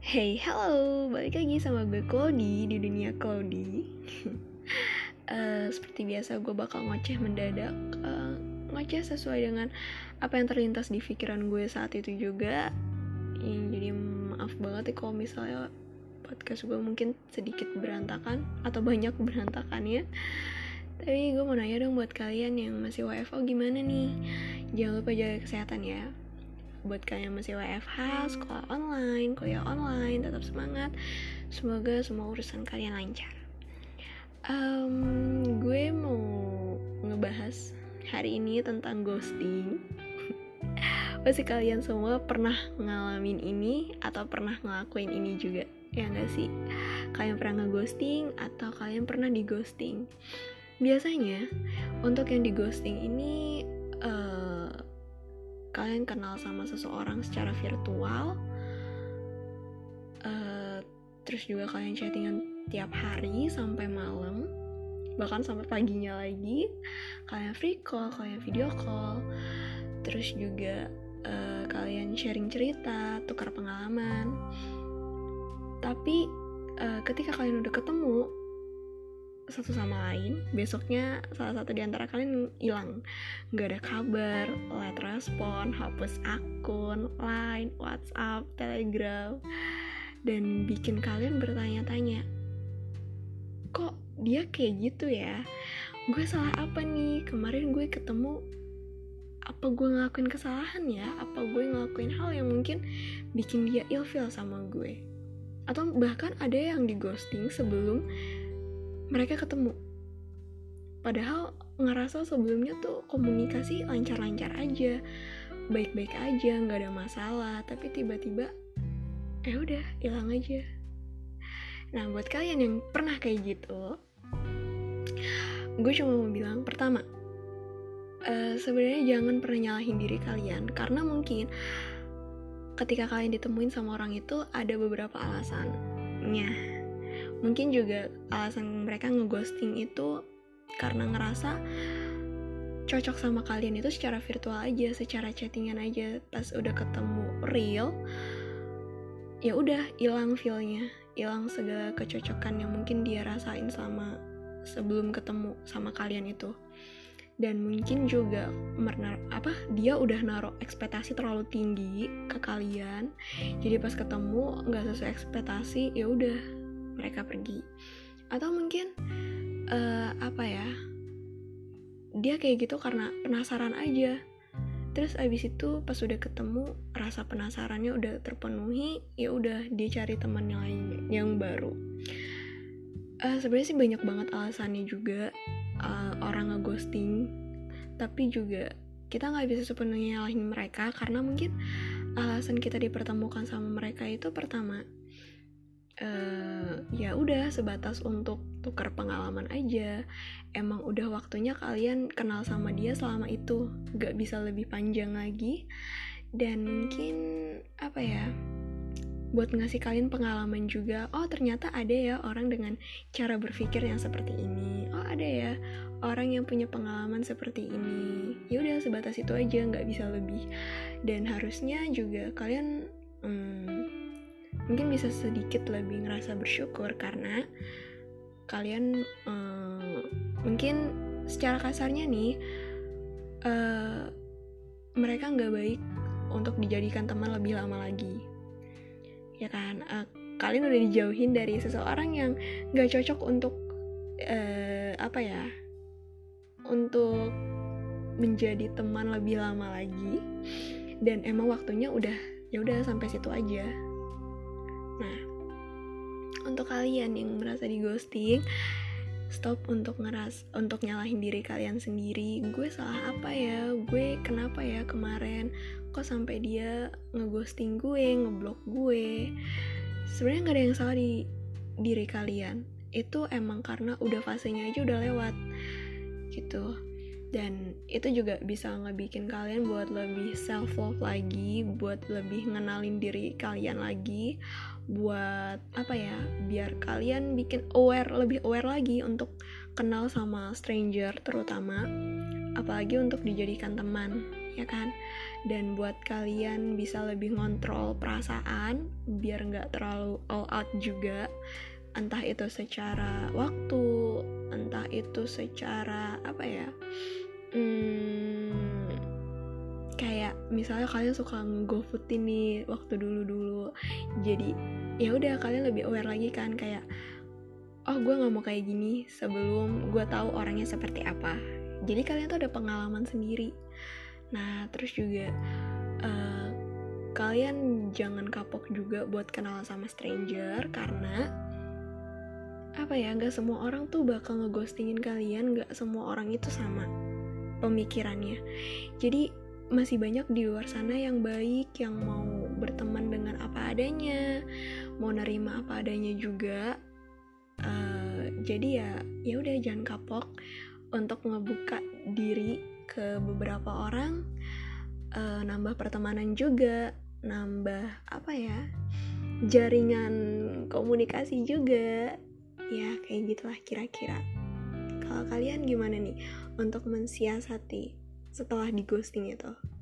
Hey, halo, balik lagi sama gue Cloudy di dunia Cloudy. Seperti biasa gue bakal ngoceh mendadak, ngoceh sesuai dengan apa yang terlintas di pikiran gue saat itu juga. Jadi maaf banget ya kalau misalnya podcast gue mungkin sedikit berantakan atau banyak berantakannya. Tapi gue mau nanya dong buat kalian yang masih WFO gimana nih? Jangan lupa jaga kesehatan ya. Buat kalian yang masih WFH, sekolah online, kuliah online, tetap semangat. Semoga semua urusan kalian lancar. Gue mau ngebahas hari ini tentang ghosting. Pasti kalian semua pernah ngalamin ini atau pernah ngelakuin ini juga, ya gak sih? Kalian pernah ngeghosting atau kalian pernah dighosting? Biasanya untuk yang dighosting ini kalian kenal sama seseorang secara virtual, terus juga kalian chattingan tiap hari sampai malam, bahkan sampai paginya lagi. Kalian free call, kalian video call, terus juga kalian sharing cerita, tukar pengalaman. Tapi ketika kalian udah ketemu satu sama lain, besoknya salah satu di antara kalian hilang, nggak ada kabar, late respon, hapus akun, line, WhatsApp, Telegram, dan bikin kalian bertanya-tanya, kok dia kayak gitu ya? Gue salah apa nih? Kemarin gue ketemu, apa gue ngelakuin kesalahan ya? Apa gue ngelakuin hal yang mungkin bikin dia ilfeel sama gue? Atau bahkan ada yang di ghosting sebelum mereka ketemu, padahal ngerasa sebelumnya tuh komunikasi lancar-lancar aja, baik-baik aja, nggak ada masalah, tapi tiba-tiba udah hilang aja. Nah, buat kalian yang pernah kayak gitu, gue cuma mau bilang, pertama, sebenarnya jangan pernah nyalahin diri kalian, karena mungkin ketika kalian ditemuin sama orang itu ada beberapa alasannya. Mungkin juga alasan mereka ngeghosting itu karena ngerasa cocok sama kalian itu secara virtual aja, secara chattingan aja. Pas udah ketemu real, ya udah hilang feel-nya, hilang segala kecocokan yang mungkin dia rasain selama sebelum ketemu sama kalian itu. Dan mungkin juga dia udah naruh ekspektasi terlalu tinggi ke kalian, jadi pas ketemu nggak sesuai ekspektasi, ya udah mereka pergi. Atau mungkin dia kayak gitu karena penasaran aja, terus abis itu pas udah ketemu rasa penasarannya udah terpenuhi, ya udah dia cari teman yang lain yang baru. Sebenarnya sih banyak banget alasannya juga orang ngeghosting, tapi juga kita nggak bisa sepenuhnya nyalahin mereka, karena mungkin alasan kita dipertemukan sama mereka itu pertama, ya udah sebatas untuk tukar pengalaman aja. Emang udah waktunya kalian kenal sama dia selama itu, gak bisa lebih panjang lagi. Dan mungkin buat ngasih kalian pengalaman juga, oh ternyata ada ya orang dengan cara berpikir yang seperti ini, oh ada ya orang yang punya pengalaman seperti ini. Ya udah sebatas itu aja, gak bisa lebih. Dan harusnya juga kalian mungkin bisa sedikit lebih ngerasa bersyukur karena kalian mungkin secara kasarnya nih mereka nggak baik untuk dijadikan teman lebih lama lagi, ya kan? Kalian udah dijauhin dari seseorang yang nggak cocok untuk untuk menjadi teman lebih lama lagi, dan emang waktunya udah sampai situ aja. Nah, untuk kalian yang merasa di ghosting, stop untuk nyalahin diri kalian sendiri. Gue salah apa ya? Gue kenapa ya kemarin kok sampai dia ngeghosting gue, ngeblok gue? Sebenarnya nggak ada yang salah di diri kalian. Itu emang karena udah fasenya aja udah lewat gitu. Dan itu juga bisa ngebikin kalian buat lebih self love lagi, buat lebih ngenalin diri kalian lagi, buat biar kalian lebih aware lagi untuk kenal sama stranger, terutama apalagi untuk dijadikan teman, ya kan? Dan buat kalian bisa lebih ngontrol perasaan biar nggak terlalu all out juga, entah itu secara waktu, entah itu secara apa ya, kayak misalnya kalian suka nge-GoFoodin nih waktu dulu, jadi ya udah kalian lebih aware lagi kan, kayak oh gue nggak mau kayak gini sebelum gue tahu orangnya seperti apa. Jadi kalian tuh ada pengalaman sendiri. Nah terus juga kalian jangan kapok juga buat kenalan sama stranger, karena apa ya, nggak semua orang tuh bakal ngeghostingin kalian, nggak semua orang itu sama pemikirannya. Jadi masih banyak di luar sana yang baik, yang mau berteman dengan apa adanya, mau nerima apa adanya juga. Jadi ya udah jangan kapok untuk ngebuka diri ke beberapa orang, nambah pertemanan juga, nambah apa ya, jaringan komunikasi juga. Ya kayak gitulah kira-kira. Kalau kalian gimana nih untuk mensiasati setelah di ghosting itu?